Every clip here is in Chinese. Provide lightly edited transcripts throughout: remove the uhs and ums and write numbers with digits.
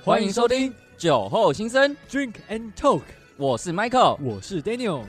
欢迎收听酒后心声 Drink and Talk， 我是 Michael， 我是 Daniel。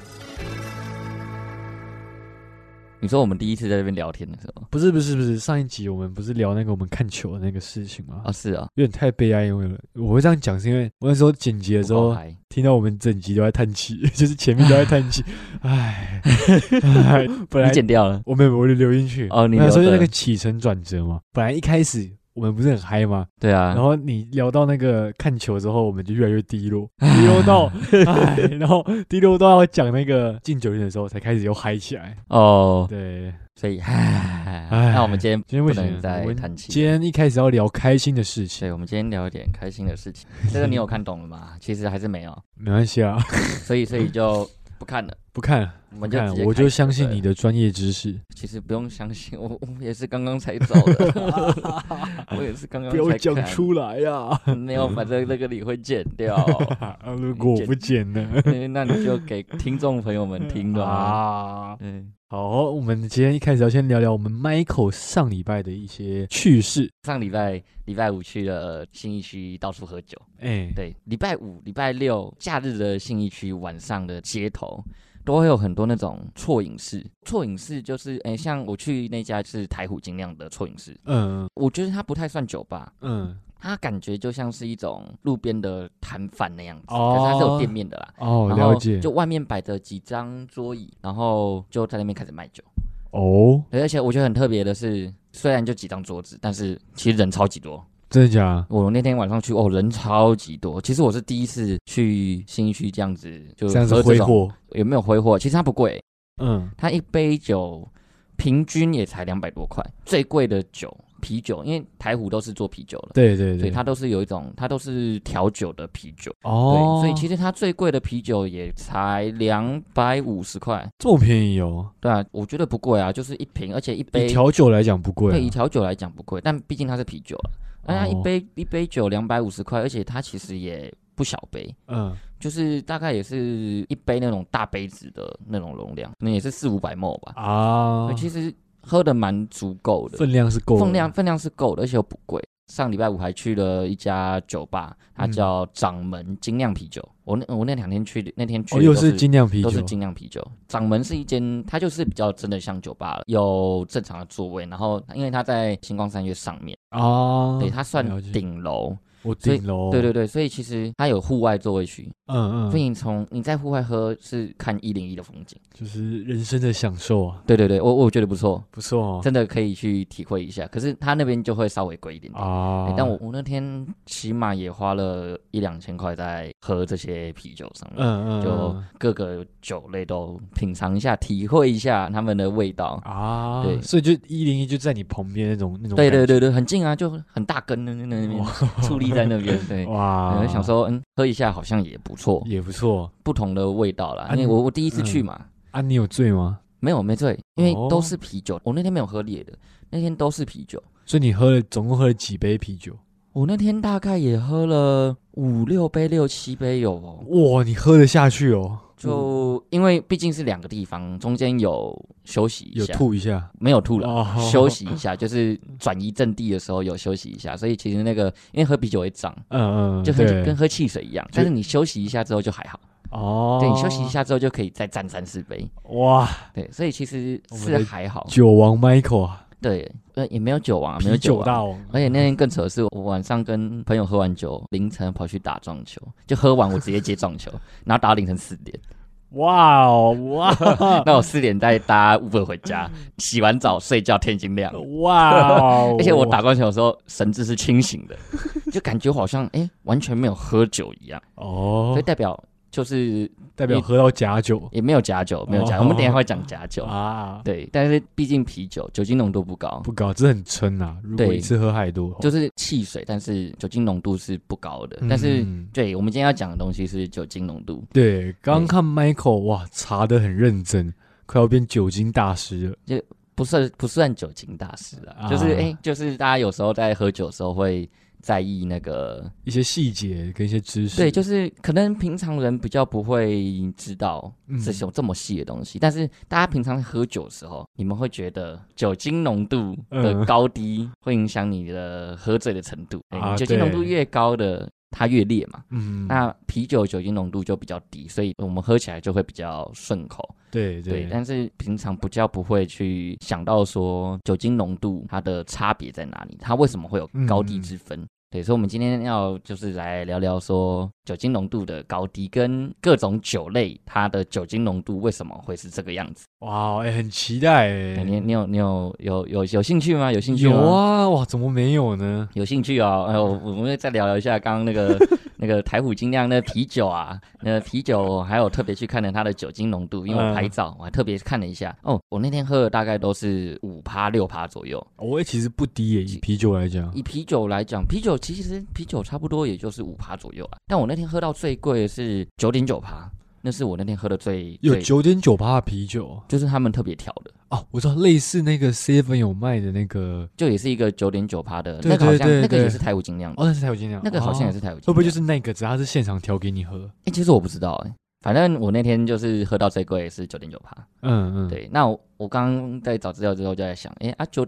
你说我们第一次在这边聊天的时候， 不是，上一集我们不是聊那个我们看球的那个事情吗？ 是啊， 有点太悲哀，因为我会这样讲，是因为我那时候剪辑的时候，听到我们整集都在叹气，就是前面都在叹气，唉，本来你剪掉了， 我没有，我就留进去。 哦，你留的，所以那个起承转折嘛，本来一开始我们不是很嗨吗？ 对啊， 然后你聊到那个看球之后，我们就越来越低落，低落到然后低落到要讲那个进酒店的时候，才开始又嗨起来。 哦， 对， 所以那我们今天不能再叹气。 今天一开始要聊开心的事情， 对，我们今天聊一点开心的事情。这个你有看懂了吗？其实还是没有， 没关系啊。 所以就不看了， 不看了。我就相信你的专业知识。 其实不用相信，我也是刚刚才找的，我也是刚刚才看。 不要讲出来呀！ 没有，反正那个你会剪掉。 如果我不剪呢？ 那你就给听众朋友们听了啊。好，我们今天一开始要先聊聊我们 Michael 上礼拜的一些趣事。 上礼拜五去了信义区到处喝酒。对，礼拜五、礼拜六假日的信义区晚上的街头都会有很多那种啜饮室。啜饮室就是像我去那家是台虎精酿的啜饮室。我觉得它不太算酒吧。它感觉就像是一种路边的摊贩那样子，可是它是有店面的啦。 了解。 就外面摆着几张桌椅，然后就在那边开始卖酒。对，而且我觉得很特别的是，虽然就几张桌子，但是其实人超级多。 真的假的？ 我那天晚上去，人超级多。其实我是第一次去新一区这样子，就这样子挥霍。 有没有挥霍？其实它不贵。它一杯酒平均也才200多块。最贵的酒，啤酒，因为台虎都是做啤酒了， 对， 所以它都是有一种，它都是调酒的啤酒。对，所以其实它最贵的啤酒也才250块， 这么便宜哦？ 对啊，我觉得不贵啊，就是一瓶，而且一杯以调酒来讲不贵。 对，以调酒来讲不贵，但毕竟它是啤酒了。那一杯酒250块，而且它其实也不小杯。就是大概也是一杯那种大杯子的那种容量，那也是400-500ml 吧。其实喝的蛮足够的， 分量是够的， 分量是够的，而且又不贵。上礼拜五还去了一家酒吧，它叫掌门精酿啤酒。我那2天去，那天去又是精酿啤酒， 都是精酿啤酒。掌门是一间，它就是比较真的像酒吧了，有正常的座位，然后因为它在星光三月上面对，它算顶楼。 顶楼， 对，所以其实它有户外座位区。所以你在户外喝是看101的风景， 就是人生的享受啊。 对，我觉得不错哦， 真的可以去体会一下。可是他那边就会稍微贵一点点但我那天起码也花了1-2千块在喝这些啤酒上面。就各个酒类都品尝一下，体会一下他们的味道对， 所以就101就在你旁边那种对，很近啊，就很大根的那边矗立在那边。对，我想说喝一下好像也不错，不同的味道啦。因为我第一次去嘛。 你有醉吗？ 没醉，因为都是啤酒。我那天没有喝烈的，那天都是啤酒。 所以你总共喝了几杯啤酒？ 我那天大概也喝了5-6杯、6-7杯有哇，你喝得下去哦？ 就因为毕竟是2个地方，中间有休息一下， 有吐一下， 没有吐了，休息一下，就是转移阵地的时候有休息一下，所以其实那个因为喝啤酒会胀，就跟喝汽水一样，但是你休息一下之后就还好。对，你休息一下之后就可以再站3-4杯。哇，对，所以其实是还好。 酒王 Michael 啊。 对，也没有酒王， 啤酒大王。 而且那天更扯的是，我晚上跟朋友喝完酒，凌晨跑去打撞球，就喝完我直接接撞球，然后打到凌晨4点。 哇， 那我4点再搭 Uber 回家，洗完澡睡觉，天已经亮了。 哇， 而且我打撞球的时候神志是清醒的，就感觉好像完全没有喝酒一样。所以代表喝到假酒， 也没有假酒，我们等一下会讲假酒对，但是毕竟啤酒酒精浓度不高， 这很撑啊。如果一次喝太多， 就是汽水，但是酒精浓度是不高的。但是对，我们今天要讲的东西是酒精浓度。 对，刚刚看 Michael 哇，查得很认真，快要变酒精大师了。 就不算酒精大师啦，就是大家有时候在喝酒的时候会在意那个一些细节跟一些知识。 对，就是可能平常人比较不会知道这种这么细的东西，但是大家平常喝酒的时候，你们会觉得酒精浓度的高低会影响你的喝醉的程度。酒精浓度越高的它越烈嘛，那啤酒酒精浓度就比较低，所以我们喝起来就会比较顺口。 对， 但是平常比较不会去想到说酒精浓度它的差别在哪里，它为什么会有高低之分。对，所以我们今天要就是来聊聊说酒精浓度的高低跟各种酒类它的酒精浓度为什么会是这个样子。 哇，很期待你有兴趣吗？有兴趣吗？ 有啊，哇，怎么没有呢？ 有兴趣哦。我们再聊一下刚刚那个台虎精酿那啤酒啊，啤酒还有特别去看了它的酒精浓度，因为我拍照我还特别看了一下我那天喝的大概都是5%、6%左右。 其实不低耶，以啤酒来讲。 以啤酒来讲，其实啤酒差不多也就是5%左右啊。但我那天喝到最贵的是9.9%，那是我那天喝的有9.9%的啤酒， 就是他们特别调的。 我知道，类似那个 Seven 有卖的那个， 就也是一个9.9%的， 对那个好像对那个也是台虎精酿的。 那是台虎精酿， 那个好像也是台虎精酿。 会不会就是那个只要是现场调给你喝？ 其实我不知道反正我那天就是喝到最贵是9.9%。对，那我刚刚在找资料之后就在想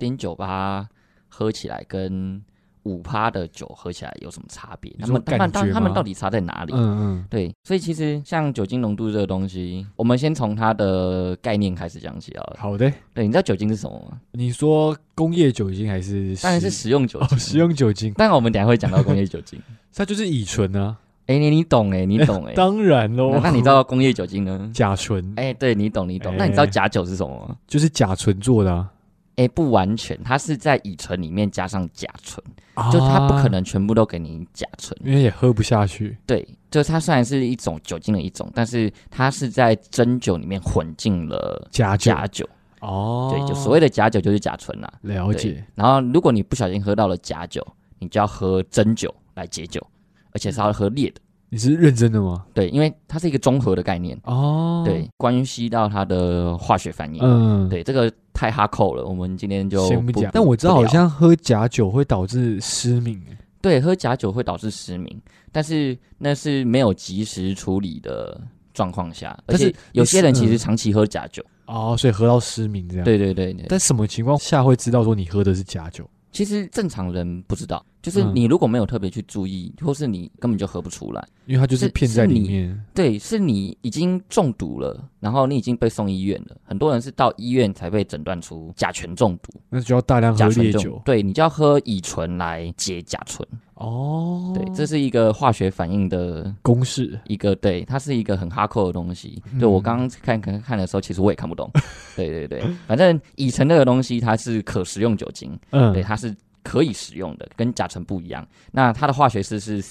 ，9.9%喝起来跟5%的酒喝起来有什么差别？他们到底差在哪里？对，所以其实像酒精浓度这个东西，我们先从它的概念开始讲起好了。 好的。 对，你知道酒精是什么吗？ 你说工业酒精还是？ 当然是食用酒精。 食用酒精。 当然我们等一下会讲到工业酒精， 它就是乙醇啊。 你懂当然咯。 那你知道工业酒精呢？ 甲醇。 对，你懂。那你知道甲酒是什么吗？ 就是甲醇做的啊。 不完全，它是在乙醇里面加上甲醇，就它不可能全部都给你甲醇， 因为也喝不下去。 对，就它虽然是一种酒精的一种，但是它是在真酒里面混进了甲酒。对，就所谓的甲酒就是甲醇啦。 了解。 然后如果你不小心喝到了甲酒，你就要喝真酒来解酒，而且是要喝烈的。 你是认真的吗？ 对，因为它是一个综合的概念对，关系到它的化学反应。对，这个太哈扣了，我们今天就先不讲。但我知道好像喝假酒会导致失明。 对，喝假酒会导致失明，但是那是没有及时处理的状况下，而且有些人其实长期喝假酒所以喝到失明这样。 对。 但什么情况下会知道说你喝的是假酒？ 其实正常人不知道，就是你如果没有特别去注意，或是你根本就喝不出来， 因为它就是骗在里面。 对，是你已经中毒了，然后你已经被送医院了。很多人是到医院才被诊断出甲醛中毒， 那就要大量喝烈酒。 对，你就要喝乙醇来解甲醇。对，这是一个化学反应的公式， 对，它是一个很哈扣的东西。对，我刚刚看的时候，其实我也看不懂。对，反正乙醇这个东西它是可食用酒精，对，它是可以使用的，跟甲醇不一样。那它的化学式是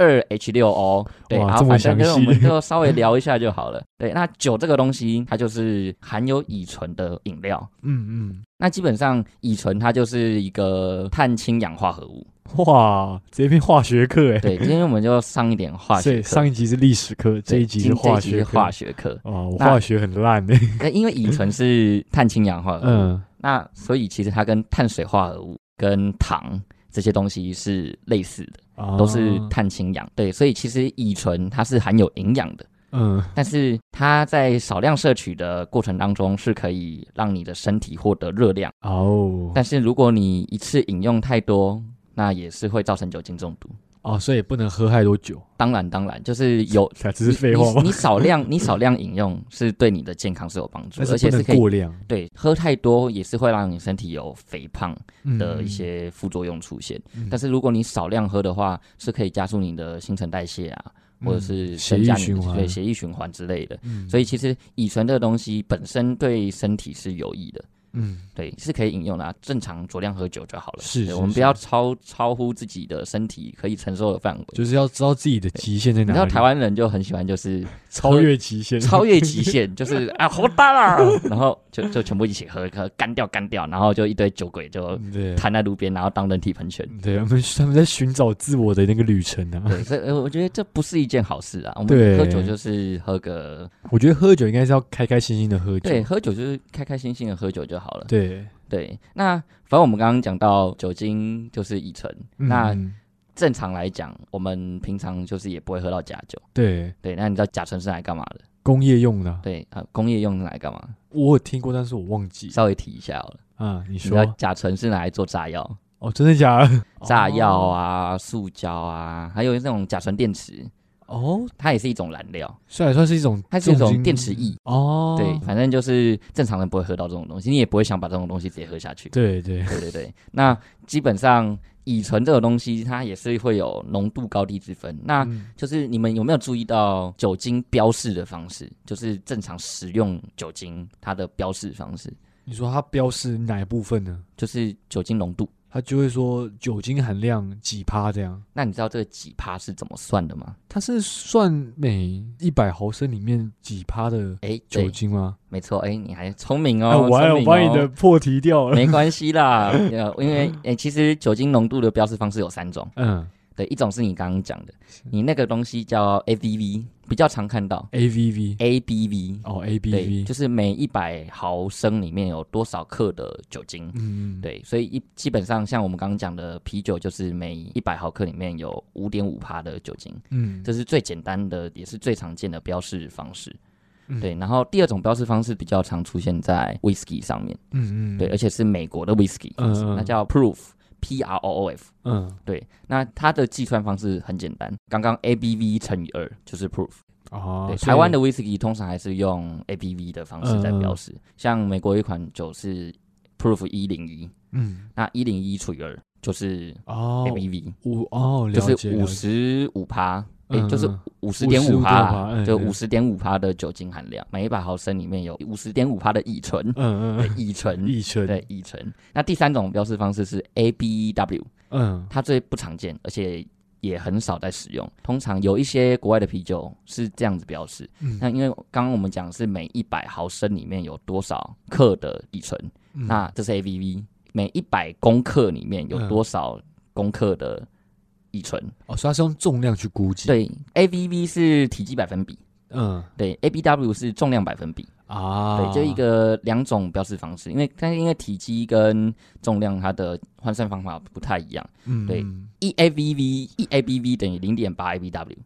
C2H6O。对，然后反正我们就稍微聊一下就好了。对，那酒这个东西，它就是含有乙醇的饮料。那基本上乙醇它就是一个碳氢氧化合物。 哇，这篇化学课对，今天我们就上一点化学课。 上一集是历史课，这一集是化学课。我化学很烂因为乙醇是碳氢氧化合物。那所以其实它跟碳水化合物跟糖这些东西是类似的，都是碳氢氧。对，所以其实乙醇它是含有营养的。但是它在少量摄取的过程当中是可以让你的身体获得热量。但是如果你一次饮用太多，那也是会造成酒精中毒。 所以不能喝太多酒。 当然，就是有， 只是废话吗？ 你少量饮用是对你的健康是有帮助， 而且是可以过量。 对，喝太多也是会让你身体有肥胖的一些副作用出现。但是如果你少量喝的话，是可以加速你的新陈代谢啊，或者是增加你的血液循环之类的。所以其实乙醇这个东西本身对身体是有益的。对，是可以饮用的正常酌量喝酒就好了。我们不要超乎自己的身体可以承受的范围， 就是要知道自己的极限在哪里。 你知道台湾人就很喜欢就是超越极限， 就是好大啦，然后就全部一起喝干掉，然后就一堆酒鬼就瘫在路边，然后当人体喷泉。 对，他们在寻找自我的那个旅程啊。 对，所以我觉得这不是一件好事啊。我们喝酒就是我觉得喝酒应该是要开开心心的喝酒。 对，喝酒就是开开心心的喝酒就好了。 对， 那反正我们刚刚讲到酒精就是乙醇，那正常来讲，我们平常就是也不会喝到假酒。对，那你知道甲醇是来干嘛的？ 工业用的。 对工业用是来干嘛？ 我有听过，但是我忘记。 稍微提一下好了。 你说，你知道甲醇是拿来做炸药？ 哦，真的假的？ 炸药啊、塑胶啊，还有那种甲醇电池。哦，它也是一种燃料， 虽然算是一种， 它是一种电池液。 哦， 对，反正就是正常人不会喝到这种东西，你也不会想把这种东西直接喝下去。 对对对对对，那基本上乙醇这个东西，它也是会有浓度高低之分。那就是你们有没有注意到酒精标示的方式？就是正常使用酒精它的标示方式。 你说它标示哪一部分呢？ 就是酒精浓度。 它就会说酒精含量几趴这样。 那你知道这个几趴是怎么算的吗？ 它是算每100毫升里面几趴的酒精吗？ 没错，你还聪明哦。 我把你的破题掉了。 没关系啦，因为其实酒精浓度的标示方式有3种。对，一种是你刚刚讲的，你那个东西叫 ABV， 比较常看到 ABV 哦 ABV 对，就是每100毫升里面有多少克的酒精。对，所以基本上像我们刚刚讲的啤酒，就是每100毫克里面有 5.5% 的酒精。这是最简单的，也是最常见的标示方式。对，然后第二种标示方式比较常出现在 whisky 上面。对，而且是美国的 whisky，那叫 proof。Proof， 对，那它的计算方式很简单，刚刚 ABV 乘以2就是 proof。对，台湾的 whisky 通常还是用 ABV 的方式在标示，像美国有一款酒是 proof 101，那101除以2就是 ABV，就是55%。就是 50.5%啦，就 50.5% 的酒精含量，每100毫升里面有 50.5% 的乙醇。乙醇。对，乙醇。那第3种标示方式是 ABW，它最不常见，而且也很少在使用。通常有一些国外的啤酒是这样子标示。那因为刚刚我们讲是每100毫升里面有多少克的乙醇，那这是 ABV， 每100公克里面有多少公克的乙醇。 所以它是用重量去估计。 对 ，ABV 是体积百分比。对 ，ABW 是重量百分比。对，就2种标示方式，因为体积跟重量它的换算方法不太一样。对，1ABV 等于 0.8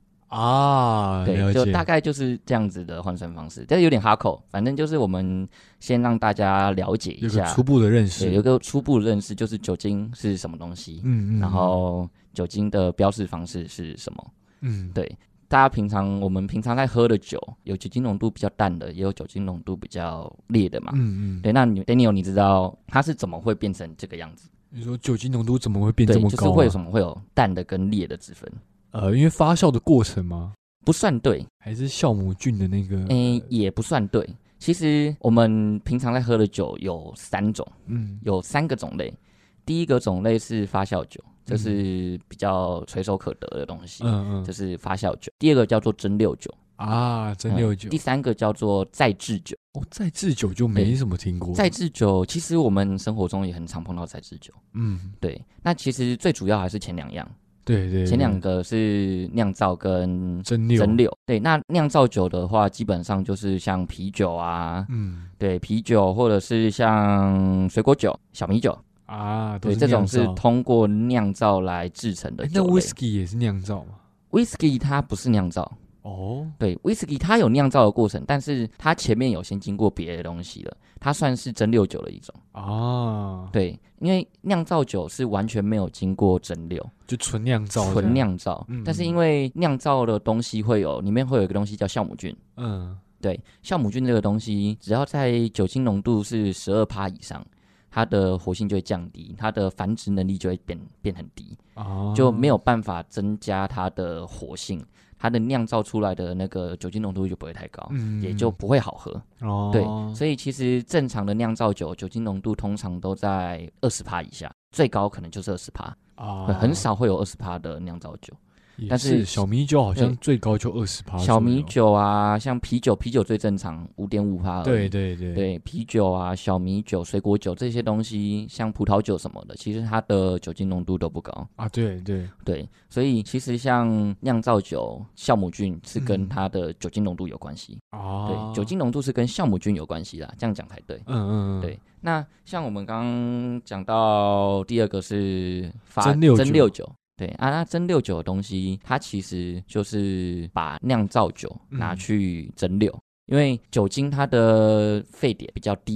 ABW。对，就大概就是这样子的换算方式，但是有点哈口，反正就是我们先让大家了解一下， 有个初步的认识。 对，有个初步的认识，就是酒精是什么东西，然后酒精的标示方式是什么。对。我们平常在喝的酒，有酒精浓度比较淡的，也有酒精浓度比较烈的嘛。对，那Daniel， 你知道它是怎么会变成这个样子？ 你说酒精浓度怎么会变这么高？ 就是为什么会有淡的跟烈的之分？ 因为发酵的过程吗？ 不算对， 还是酵母菌的那个？ 也不算对。其实我们平常在喝的酒有3种，有3个种类。第一个种类是发酵酒，这是比较垂手可得的东西，这是发酵酒。第二个叫做蒸馏酒蒸馏酒。 第3个叫做再制酒。 再制酒就没什么听过。 再制酒其实我们生活中也很常碰到再制酒。对。那其实最主要还是前2样。 对， 前2个是酿造跟蒸馏。 对，那酿造酒的话，基本上就是像啤酒啊，对，啤酒或者是像水果酒、小米酒。对，这种是通过酿造来制成的酒类。 那 whisky 也是酿造吗？ whisky 它不是酿造。对 whisky 它有酿造的过程，但是它前面有先经过别的东西了，它算是蒸馏酒的一种。对，因为酿造酒是完全没有经过蒸馏， 就纯酿造。 但是因为酿造的东西里面会有一个东西叫酵母菌。对，酵母菌这个东西，只要在酒精浓度是12%以上，它的活性就会降低，它的繁殖能力就会变很低。就没有办法增加它的活性，它的酿造出来的那个酒精浓度就不会太高，也就不会好喝。对，所以其实正常的酿造酒酒精浓度通常都在20%以下，最高可能就是20%。很少会有20%的酿造酒。 但是小米酒好像最高就20%。 小米酒啊，像啤酒最正常 5.5%。对，啤酒啊、小米酒、水果酒这些东西，像葡萄酒什么的，其实它的酒精浓度都不高。对，所以其实像酿造酒，酵母菌是跟它的酒精浓度有关系。对，酒精浓度是跟酵母菌有关系啦，这样讲才对。对。那像我们刚刚讲到第2个是蒸馏酒。对那蒸馏酒的东西，它其实就是把酿造酒拿去蒸馏，因为酒精它的沸点比较低，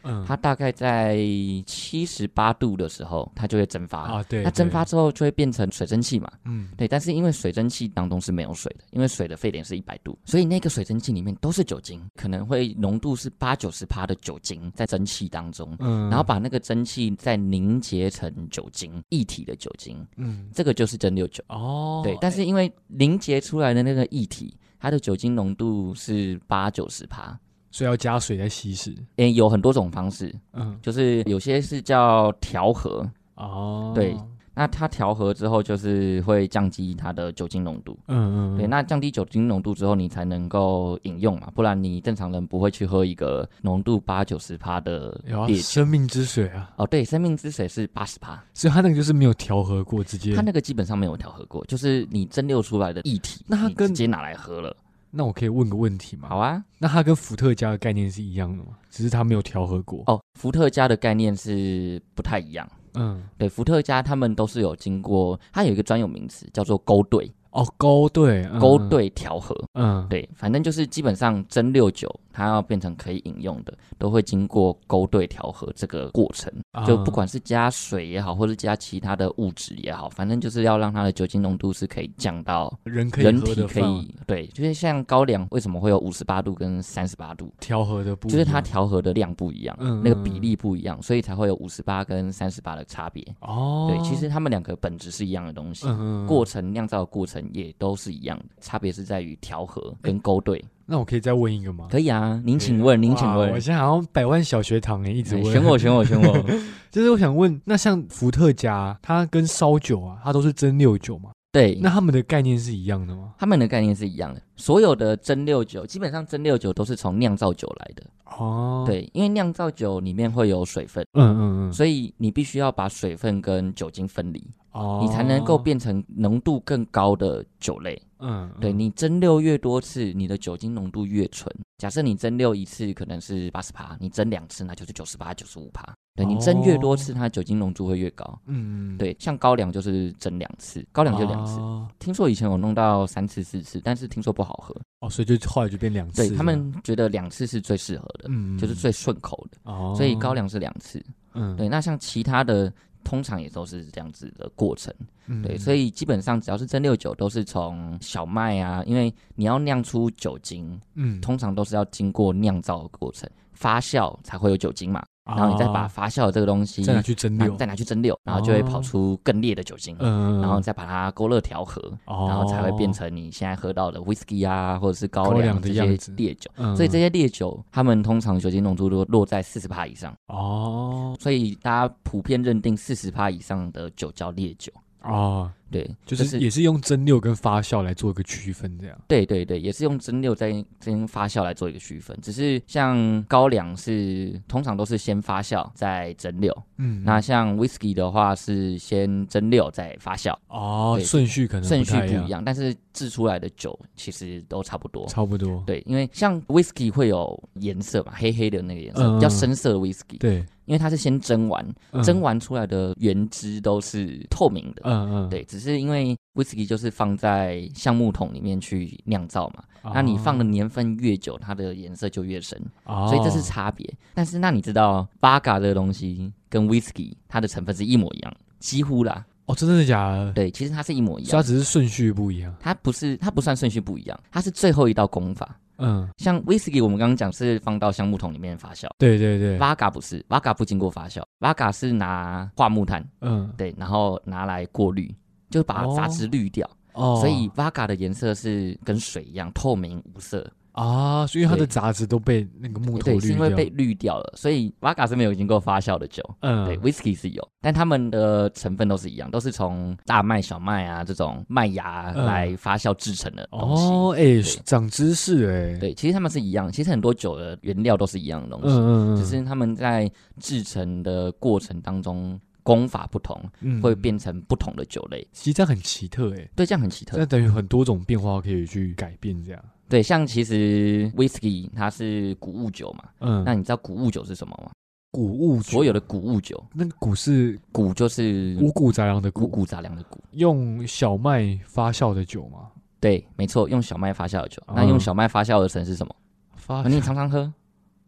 它大概在78度的时候，它就会蒸发啊。对， 那蒸发之后就会变成水蒸气嘛。对。但是因为水蒸气当中是没有水的，因为水的沸点是100度，所以那个水蒸气里面都是酒精，可能会浓度是80-90%的酒精在蒸汽当中，然后把那个蒸汽再凝结成酒精，液体的酒精。这个就是蒸馏酒。对。但是因为凝结出来的那个液体，它的酒精浓度是80-90%。 所以要加水再稀释。 有很多种方式，就是有些是叫调和。对。那它调和之后，就是会降低它的酒精浓度。对。那降低酒精浓度之后，你才能够饮用嘛，不然你正常人不会去喝一个浓度80-90%的烈酒。 生命之水啊！ 对，生命之水是80%， 所以它那个就是没有调和过，直接。 它那个基本上没有调和过，就是你蒸馏出来的液体，那它直接拿来喝了。 那我可以问个问题吗？ 好啊。 那它跟伏特加的概念是一样的吗？只是它没有调和过。 伏特加的概念是不太一样。对，伏特加他们都是有经过，它有一个专有名词叫做勾兑。 勾兑， 勾兑调和。对，反正就是基本上蒸馏酒它要变成可以饮用的，都会经过勾兑调和这个过程。就不管是加水也好，或是加其他的物质也好，反正就是要让它的酒精浓度是可以降到人体可以。对，就是像高粱为什么会有58度跟38度调和的不一样， 就是它调和的量不一样，那个比例不一样，所以才会有58跟38的差别。对，其实他们两个本质是一样的东西，过程酿造的过程也都是一样的，差别是在于调和跟勾兑。 那我可以再问一个吗？ 可以啊，您请问。 我现在好像百万小学堂一直问。 选我。 就是我想问，那像伏特加，它跟烧酒啊，它都是蒸馏酒吗？ 对。 那他们的概念是一样的吗？ 他们的概念是一样的。所有的蒸馏酒，基本上蒸馏酒都是从酿造酒来的。对，因为酿造酒里面会有水分。所以你必须要把水分跟酒精分离。你才能够变成浓度更高的酒类。对，你蒸馏越多次，你的酒精浓度越纯。假设你蒸馏一次可能是80%，你蒸2次那就是98、95%。对，你蒸越多次，它的酒精浓度会越高。对，像高粱就是蒸2次，高粱就2次。听说以前有弄到3次、4次，但是听说不好喝。 所以就后来就变2次。 对，他们觉得2次是最适合的，就是最顺口的。所以高粱是2次。对，那像其他的通常也都是这样子的过程。对，所以基本上只要是蒸馏酒都是从小麦啊，因为你要酿出酒精，通常都是要经过酿造的过程，发酵才会有酒精嘛。然后你再把发酵的这个东西再拿去蒸馏， 然后就会跑出更烈的酒精。然后再把它勾勒调和，然后才会变成你现在喝到的 whisky 啊，或者是高粱这些烈酒。所以这些烈酒，他们通常酒精浓度都落在40%以上。所以大家普遍认定40%以上的酒叫烈酒。对， 就是也是用蒸馏跟发酵来做一个区分，这样。 对，也是用蒸馏再跟发酵来做一个区分。只是像高粱是通常都是先发酵再蒸馏，那像 whisky 的话是先蒸馏再发酵。 顺序可能不一样，但是制出来的酒其实都差不多。对，因为像 whisky 会有颜色嘛，黑黑的那个颜色，比较深色的 whisky。 对。 因为它是先蒸完，蒸完出来的原汁都是透明的。对，只是因为 whisky 就是放在橡木桶里面去酿造嘛，那你放的年份越久，它的颜色就越深。所以这是差别。但是那你知道 Vodka 这个东西跟 whisky 它的成分是一模一样，几乎啦。 真的假的？ 对，其实它是一模一样， 所以它只是顺序不一样。 它不算顺序不一样，它是最后一道工法。像 whisky 我们刚刚讲是放到橡木桶里面发酵。对。Vodka 不是 ，Vodka 不经过发酵 ，Vodka 是拿化木炭，对，然后拿来过滤，就把杂质滤掉。所以 Vodka 的颜色是跟水一样透明无色。 所以它的杂质都被那个木头滤掉。 对，是因为被滤掉了，所以 Vodka 是没有经过发酵的酒。对 ，Whisky 是有，但他们的成分都是一样，都是从大麦、小麦啊这种麦芽来发酵制成的东西。 长知识对，其实他们是一样，其实很多酒的原料都是一样的东西，只是他们在制成的过程当中功法不同，会变成不同的酒类。 其实这样很奇特对，这样很奇特。 那等于很多种变化可以去改变这样。 对，像其实 whisky 它是谷物酒嘛，那你知道谷物酒是什么吗？ 谷物酒， 所有的谷物酒， 那个谷是谷就是五谷杂粮的谷， 五谷杂粮的谷， 用小麦发酵的酒吗？ 对，没错，用小麦发酵的酒。那用小麦发酵而成是什么？你常常喝？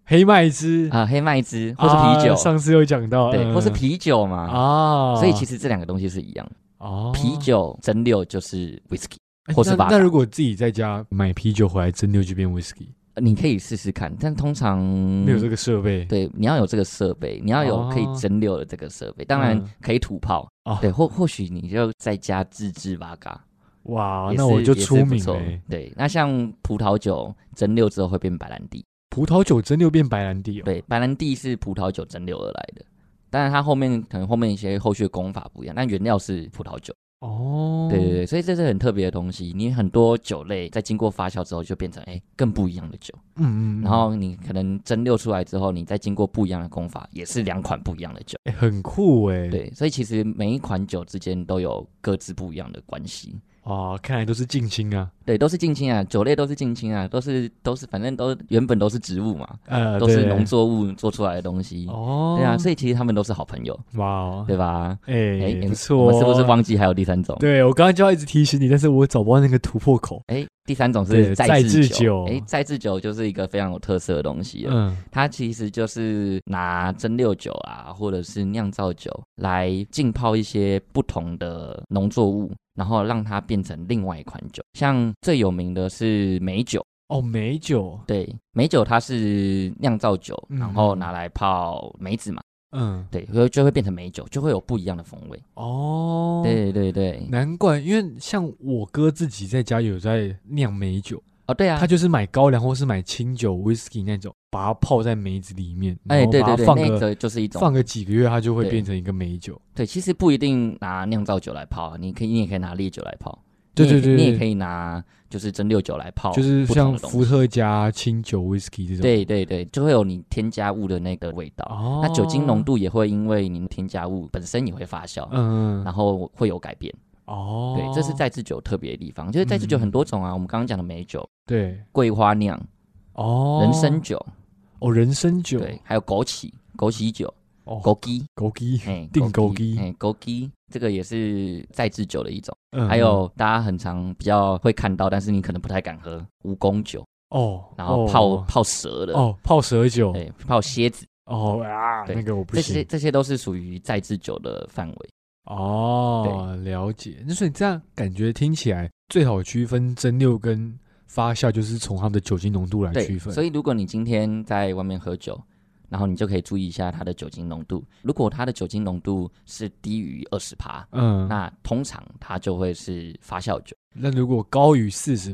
黑麦汁啊，黑麦汁或是啤酒， 上次有讲到， 对，或是啤酒嘛，所以其实这两个东西是一样的。啤酒蒸馏就是 whisky， 或是那如果自己在家买啤酒回来蒸馏就变 whisky， 你可以试试看，但通常没有这个设备。 对，你要有这个设备，你要有可以蒸馏的这个设备，当然可以土泡，对，或许你就在家自制八嘎。 哇，那我就出名了。 对，那像葡萄酒蒸馏之后会变白兰地。 葡萄酒蒸馏变白兰地对，白兰地是葡萄酒蒸馏而来的，当然它可能后面一些后续的功法不一样，但原料是葡萄酒。对，所以这是很特别的东西。你很多酒类在经过发酵之后就变成更不一样的酒，然后你可能蒸馏出来之后，你再经过不一样的功法，也是2款不一样的酒， 很酷对，所以其实每一款酒之间都有各自不一样的关系。 看来都是近亲啊。 对，都是近亲啊，酒类都是近亲啊，都是，反正原本都是植物嘛，都是农作物做出来的东西。对啊，所以其实他们都是好朋友。哇，对吧？ 不错。 我们是不是忘记还有第3种？ 对，我刚刚就要一直提醒你，但是我找不到那个突破口。 第3种是再制酒。再制酒就是一个非常有特色的东西了。它其实就是拿蒸馏酒啊，或者是酿造酒来浸泡一些不同的农作物，然后让它变成另外一款酒。像最有名的是梅酒。 梅酒。 对，梅酒它是酿造酒，然后拿来泡梅子嘛。对，就会变成梅酒，就会有不一样的风味。对， 难怪，因为像我哥自己在家有在酿梅酒。 对啊， 他就是买高粱或是买清酒 whisky 那种，把它泡在梅子里面， 对， 那个就是一种放个几个月，它就会变成一个梅酒。 对，其实不一定拿酿造酒来泡，你也可以拿烈酒来泡。 对， 你也可以拿就是蒸馏酒来泡， 就是像伏特加、清酒、whisky 这种。 对，就会有你添加物的那个味道。那酒精浓度也会因为你添加物本身也会发酵，然后会有改变。对，这是再制酒特别的地方，就是再制酒很多种啊。我们刚刚讲的梅酒， 对， 桂花酿，人参酒， 人参酒， 对，还有枸杞酒，枸杞， 定枸杞， 这个也是再制酒的一种。还有大家很常比较会看到，但是你可能不太敢喝蜈蚣酒然后泡蛇的泡蛇酒， 对，泡蝎子那个我不行。 这些都是属于再制酒的范围。 了解。那所以这样感觉听起来最好区分蒸馏跟发酵，就是从它们的酒精浓度来区分。 所以如果你今天在外面喝酒，然后你就可以注意一下它的酒精浓度。如果它的酒精浓度是低于20%，那通常它就会是发酵酒。 那如果高于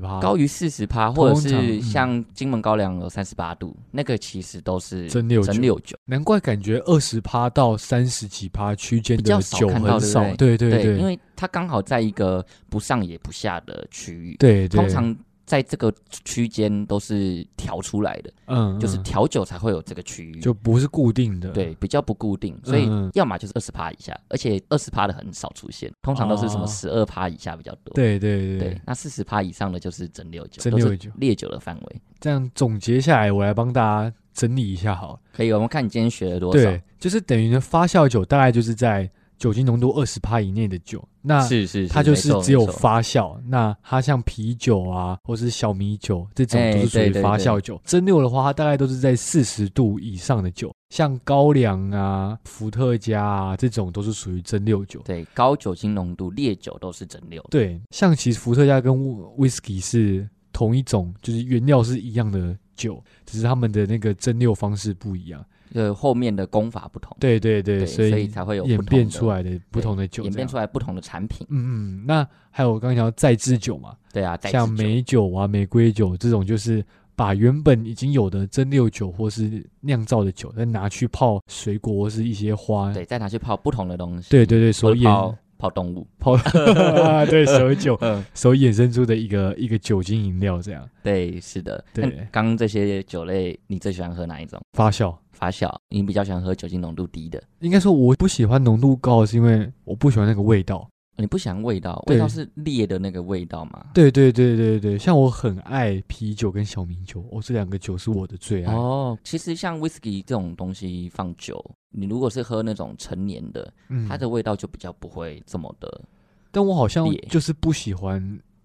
40%， 或者是像金门高粱有38度，那个其实都是蒸馏酒。 难怪感觉20%到30几%区间的酒很少。 对，因为它刚好在一个不上也不下的区域。 对， 通常在这个区间都是调出来的，就是调酒才会有这个区域， 就不是固定的， 对，比较不固定，所以要么就是20%以下，而且20%的很少出现，通常都是什么12%以下比较多。 对， 那40%以上的就是蒸馏酒， 都是烈酒的范围。 这样总结下来，我来帮大家整理一下好了。 可以，我们看你今天学了多少。 对，就是等于呢，发酵酒大概就是在酒精浓度20%以内的酒，那它就是只有发酵。那它像啤酒啊，或是小米酒这种都是属于发酵酒。蒸馏的话，它大概都是在40度以上的酒，像高粱啊、伏特加啊这种都是属于蒸馏酒。 对，高酒精浓度烈酒都是蒸馏。 对，像其实伏特加跟 whisky 是同一种，就是原料是一样的酒，只是他们的那个蒸馏方式不一样。 后面的功法不同， 对，所以才会有演变出来的不同的酒， 演变出来不同的产品。 那还有我刚刚讲到再制酒嘛， 对啊， 像梅酒啊、玫瑰酒这种，就是把原本已经有的蒸馏酒或是酿造的酒，再拿去泡水果或是一些花， 对，再拿去泡不同的东西， 对，所以泡动物， 对，蛇酒，所衍生出的一个酒精饮料这样。 对，是的。 对， 刚刚这些酒类，你最喜欢喝哪一种？ 发酵， 你比较喜欢喝酒精浓度低的？ 应该说我不喜欢浓度高，是因为我不喜欢那个味道。 你不喜欢味道？味道是烈的那个味道吗？ 对，像我很爱啤酒跟小米酒，这两个酒是我的最爱。 其实像 whisky 这种东西放酒，你如果是喝那种陈年的，它的味道就比较不会这么的。 但我好像就是不喜欢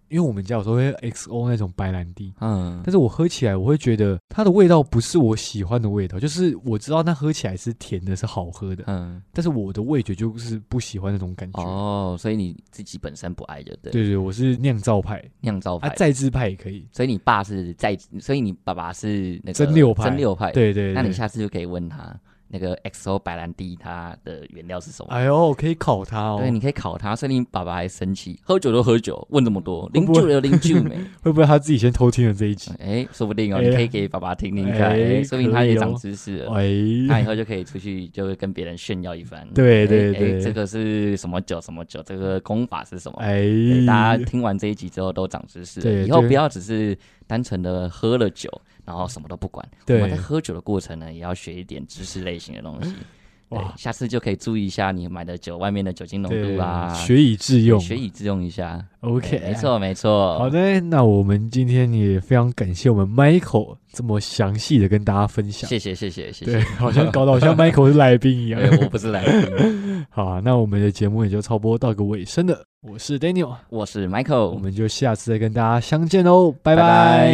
因为我们家有时候会 XO 那种白兰地，但是我喝起来我会觉得它的味道不是我喜欢的味道，就是我知道它喝起来是甜的，是好喝的，但是我的味觉就是不喜欢那种感觉。 哦，所以你自己本身不爱就对。 对，我是酿造派，再制派也可以。 所以你爸是所以你爸爸是那个蒸馏派，对。 那你下次就可以问他。那个 XO 白兰地它的原料是什么？ 哎呦，可以考他哦。 对，你可以考他。所以你爸爸还生气，喝酒都喝酒，问这么多，零酒有零酒没？ 会不会他自己先偷听了这一集？ 说不定哦，你可以给爸爸听听看，说不定他也长知识了。他以后就可以出去，就会跟别人炫耀一番。 对， 这个是什么酒？什么酒？这个功法是什么？大家听完这一集之后都长知识了。以后不要只是单纯的喝了酒，然后什么都不管。我们在喝酒的过程呢，也要学一点知识类型的东西。哇，下次就可以注意一下你买的酒外面的酒精浓度啊， 学以致用一下。 OK， 没错。 好的，那我们今天也非常感谢我们 Michael 这么详细的跟大家分享。 谢谢。 对，好像搞得好像 Michael 是来宾一样。 我不是来宾。 好啊，那我们的节目也就差不多到个尾声了。我是 Daniel， 我是 Michael， 我们就下次再跟大家相见哦，拜拜。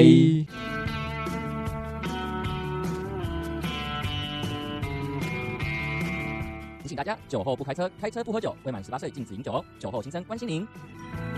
提醒大家，酒后不开车，开车不喝酒，未满18岁禁止饮酒哦。酒后心生关心您。